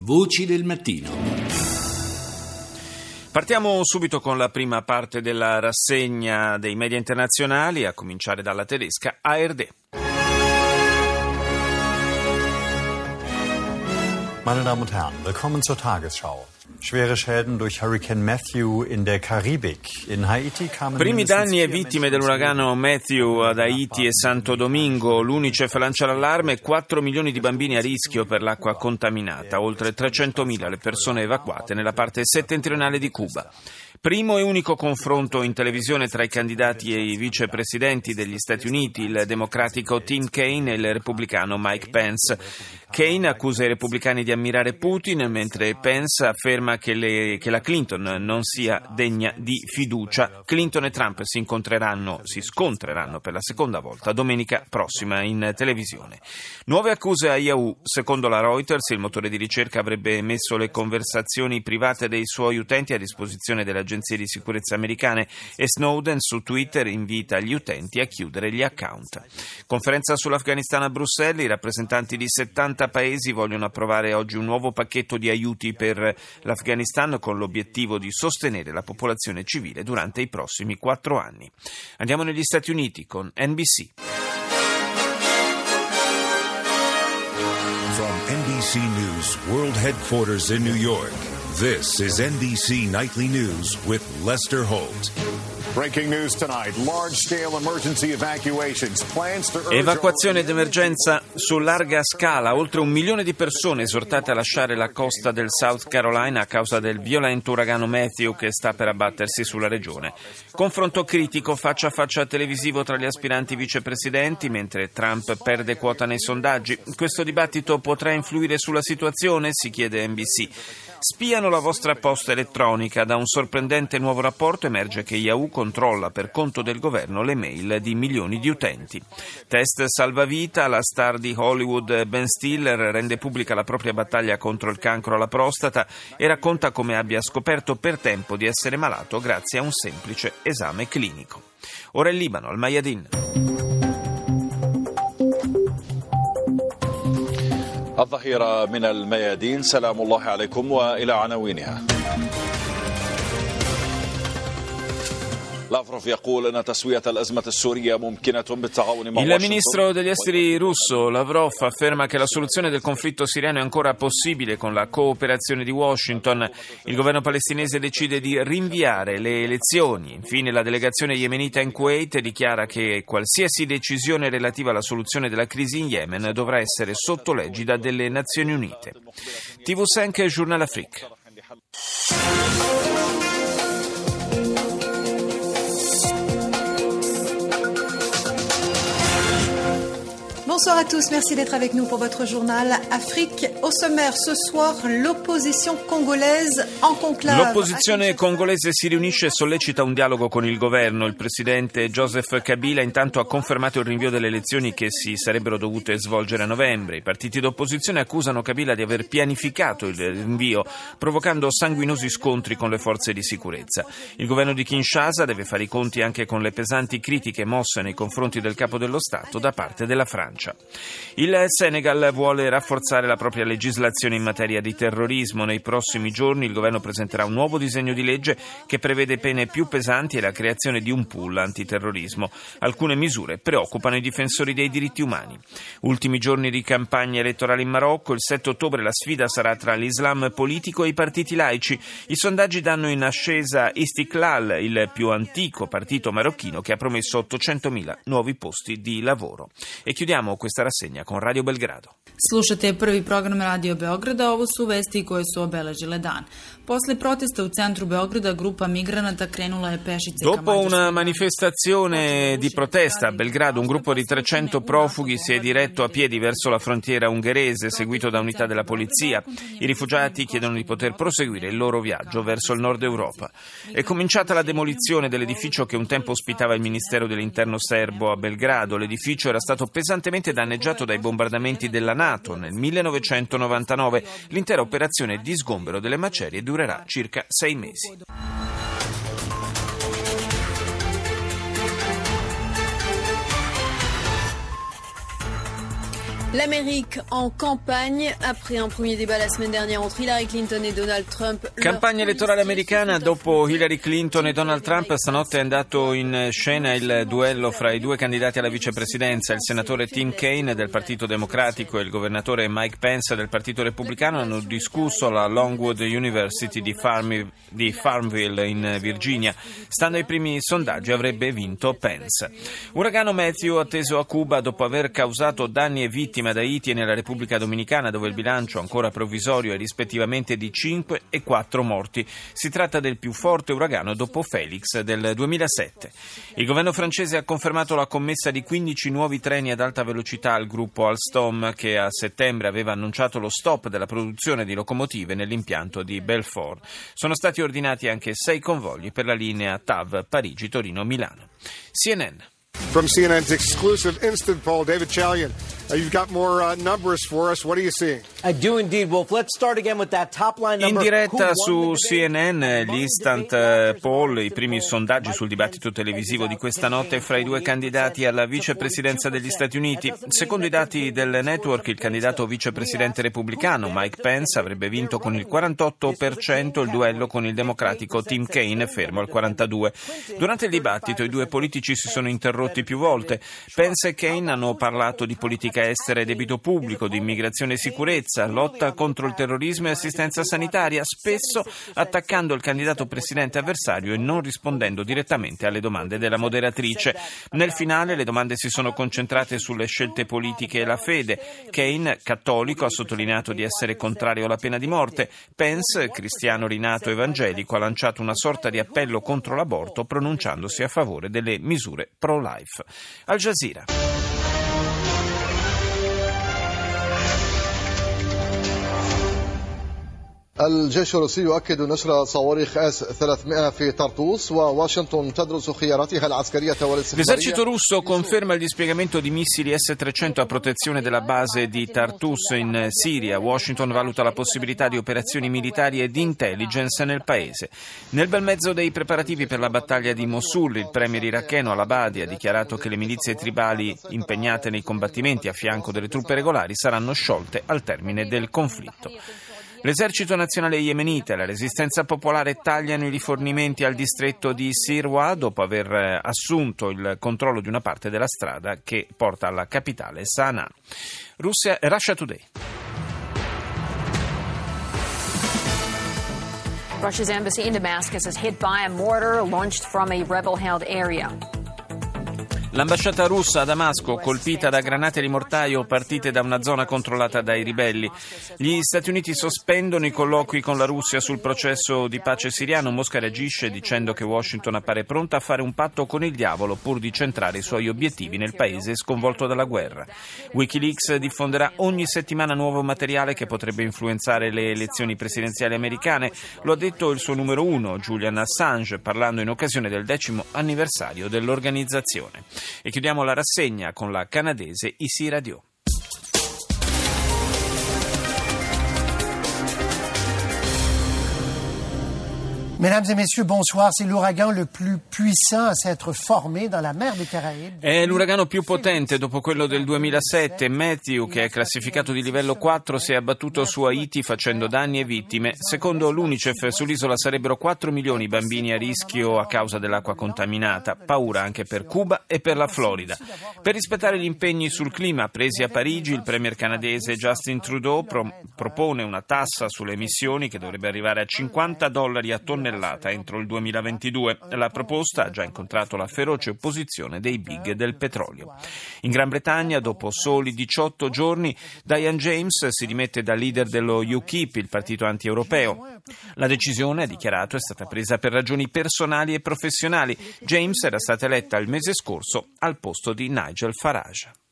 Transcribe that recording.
Voci del mattino. Partiamo subito con la prima parte della rassegna dei media internazionali, a cominciare dalla tedesca ARD. Meine Damen und Herren, willkommen zur Tagesschau. Schwere Schäden durch Hurricane Matthew in der Karibik. In Haiti kamen Primi danni e vittime dell'uragano Matthew ad Haiti e Santo Domingo. L'UNICEF lancia l'allarme: 4 milioni di bambini a rischio per l'acqua contaminata, oltre 300.000 le persone evacuate nella parte settentrionale di Cuba. Primo e unico confronto in televisione tra i candidati e i vicepresidenti degli Stati Uniti, il democratico Tim Kaine e il repubblicano Mike Pence. Kaine accusa i repubblicani di ammirare Putin, mentre Pence afferma che la Clinton non sia degna di fiducia. Clinton e Trump si scontreranno per la seconda volta domenica prossima in televisione. Nuove accuse a Yahoo. Secondo la Reuters, il motore di ricerca avrebbe messo le conversazioni private dei suoi utenti a disposizione delle agenzie di sicurezza americane e Snowden su Twitter invita gli utenti a chiudere gli account. Conferenza sull'Afghanistan a Bruxelles. I rappresentanti di 70 paesi vogliono approvare oggi un nuovo pacchetto di aiuti per l'Afghanistan con l'obiettivo di sostenere la popolazione civile durante i prossimi 4 anni. Andiamo negli Stati Uniti con NBC. From NBC News World Headquarters in New York, this is NBC Nightly News with Lester Holt. Breaking news tonight, large-scale emergency evacuations, plans to urge... Evacuazione d'emergenza su larga scala, oltre 1 milione di persone esortate a lasciare la costa del South Carolina a causa del violento uragano Matthew che sta per abbattersi sulla regione. Confronto critico faccia a faccia televisivo tra gli aspiranti vicepresidenti, mentre Trump perde quota nei sondaggi. Questo dibattito potrà influire sulla situazione, si chiede NBC. Spiano la vostra posta elettronica. Da un sorprendente nuovo rapporto emerge che Yahoo controlla per conto del governo le mail di milioni di utenti. Test salvavita, la star di Hollywood Ben Stiller rende pubblica la propria battaglia contro il cancro alla prostata e racconta come abbia scoperto per tempo di essere malato grazie a un semplice esame clinico. Ora il Libano, al Mayadin. الظهيرة من الميادين سلام الله عليكم وإلى عناوينها. Il ministro degli esteri russo Lavrov afferma che la soluzione del conflitto siriano è ancora possibile con la cooperazione di Washington. Il governo palestinese decide di rinviare le elezioni. Infine, la delegazione yemenita in Kuwait dichiara che qualsiasi decisione relativa alla soluzione della crisi in Yemen dovrà essere sotto l'egida delle Nazioni Unite. TV5 Journal Afrique. Bonsoir à tous, merci d'être avec nous pour votre journal Afrique. Au sommaire ce soir, l'opposition congolaise en conclave. L'opposizione congolese si riunisce e sollecita un dialogo con il governo. Il presidente Joseph Kabila intanto ha confermato il rinvio delle elezioni che si sarebbero dovute svolgere a novembre. I partiti d'opposizione accusano Kabila di aver pianificato il rinvio, provocando sanguinosi scontri con le forze di sicurezza. Il governo di Kinshasa deve fare i conti anche con le pesanti critiche mosse nei confronti del capo dello Stato da parte della Francia. Il Senegal vuole rafforzare la propria legislazione in materia di terrorismo. Nei prossimi giorni il governo presenterà un nuovo disegno di legge che prevede pene più pesanti e la creazione di un pool antiterrorismo. Alcune misure preoccupano i difensori dei diritti umani. Ultimi giorni di campagna elettorale in Marocco. Il 7 ottobre la sfida sarà tra l'Islam politico e i partiti laici. I sondaggi danno in ascesa Istiklal, il più antico partito marocchino che ha promesso 800.000 nuovi posti di lavoro. E chiudiamo questa rassegna con Radio Belgrado. Slušate prvi program Radio Beograda, ovo su vesti koje su obeležile dan. Posle protesta u centru Beograda grupa migranata krenula je pešice. Dopo una manifestazione di protesta a Belgrado, un gruppo di 300 profughi si è diretto a piedi verso la frontiera ungherese, seguito da unità della polizia. I rifugiati chiedono di poter proseguire il loro viaggio verso il nord Europa. È cominciata la demolizione dell'edificio che un tempo ospitava il Ministero dell'Interno serbo a Belgrado. L'edificio era stato pesantemente danneggiato dai bombardamenti della NATO nel 1999. L'intera operazione di sgombero delle macerie durerà circa 6 mesi. L'Amérique en campagne après un premier débat la semaine dernière entre Hillary Clinton e Donald Trump. Campagna elettorale americana. Dopo Hillary Clinton e Donald Trump, stanotte è andato in scena il duello fra i due candidati alla vicepresidenza. Il senatore Tim Kaine del Partito Democratico e il governatore Mike Pence del Partito Repubblicano hanno discusso alla Longwood University di Farmville in Virginia. Stando ai primi sondaggi avrebbe vinto Pence. Uragano Matthew atteso a Cuba dopo aver causato danni e vittime ad Haiti e nella Repubblica Dominicana, dove il bilancio ancora provvisorio è rispettivamente di 5 e 4 morti. Si tratta del più forte uragano dopo Felix del 2007. Il governo francese ha confermato la commessa di 15 nuovi treni ad alta velocità al gruppo Alstom, che a settembre aveva annunciato lo stop della produzione di locomotive nell'impianto di Belfort. Sono stati ordinati anche 6 convogli per la linea TAV Parigi-Torino-Milano. CNN. From CNN's exclusive instant poll, David Chalian, you've got more numbers for us. What are you seeing? I do indeed, Wolf. Let's start again with that top line number. In diretta su CNN, gli instant poll, i primi sondaggi sul dibattito televisivo di questa notte fra i due candidati alla vicepresidenza degli Stati Uniti. Secondo i dati del network, il candidato vicepresidente repubblicano Mike Pence avrebbe vinto con il 48%, il duello con il democratico Tim Kaine fermo al 42%. Durante il dibattito i due politici si sono interrotti più volte. Pence e Kaine hanno parlato di politica estera e debito pubblico, di immigrazione e sicurezza, lotta contro il terrorismo e assistenza sanitaria, spesso attaccando il candidato presidente avversario e non rispondendo direttamente alle domande della moderatrice. Nel finale le domande si sono concentrate sulle scelte politiche e la fede. Kaine, cattolico, ha sottolineato di essere contrario alla pena di morte. Pence, cristiano rinato evangelico, ha lanciato una sorta di appello contro l'aborto, pronunciandosi a favore delle misure pro-life. Al Jazeera. الجيش الروسي يؤكد نشر صواريخ S-300 في طرطوس وواشنطن تدرس خياراتها العسكرية والاستخبارية. L'esercito russo conferma il dispiegamento di missili S-300 a protezione della base di Tartus in Siria. Washington valuta la possibilità di operazioni militari e di intelligence nel paese. Nel bel mezzo dei preparativi per la battaglia di Mosul, il premier iracheno al-Abadi ha dichiarato che le milizie tribali impegnate nei combattimenti a fianco delle truppe regolari saranno sciolte al termine del conflitto. L'esercito nazionale yemenita e la resistenza popolare tagliano i rifornimenti al distretto di Sirwa dopo aver assunto il controllo di una parte della strada che porta alla capitale Sana'a. Russia Today. Russia's embassy in Damascus is hit by a mortar launched from a rebel-held area. L'ambasciata russa a Damasco colpita da granate di mortaio partite da una zona controllata dai ribelli. Gli Stati Uniti sospendono i colloqui con la Russia sul processo di pace siriano. Mosca reagisce dicendo che Washington appare pronta a fare un patto con il diavolo pur di centrare i suoi obiettivi nel paese sconvolto dalla guerra. Wikileaks diffonderà ogni settimana nuovo materiale che potrebbe influenzare le elezioni presidenziali americane. Lo ha detto il suo numero 1, Julian Assange, parlando in occasione del 10° anniversario dell'organizzazione. E chiudiamo la rassegna con la canadese Issy Radio. Mesdames et messieurs, bonsoir. C'est l'ouragan le plus puissant à s'être formé dans la mer des Caraïbes. È l'uragano più potente dopo quello del 2007. Matthew, che è classificato di livello 4, si è abbattuto su Haiti facendo danni e vittime. Secondo l'UNICEF sull'isola sarebbero 4 milioni i bambini a rischio a causa dell'acqua contaminata. Paura anche per Cuba e per la Florida. Per rispettare gli impegni sul clima presi a Parigi, il premier canadese Justin Trudeau propone una tassa sulle emissioni che dovrebbe arrivare a $50 a tonnellata entro il 2022. La proposta ha già incontrato la feroce opposizione dei big del petrolio. In Gran Bretagna, dopo soli 18 giorni, Diane James si dimette da leader dello UKIP, il partito anti-europeo. La decisione, ha dichiarato, è stata presa per ragioni personali e professionali. James era stata eletta il mese scorso al posto di Nigel Farage.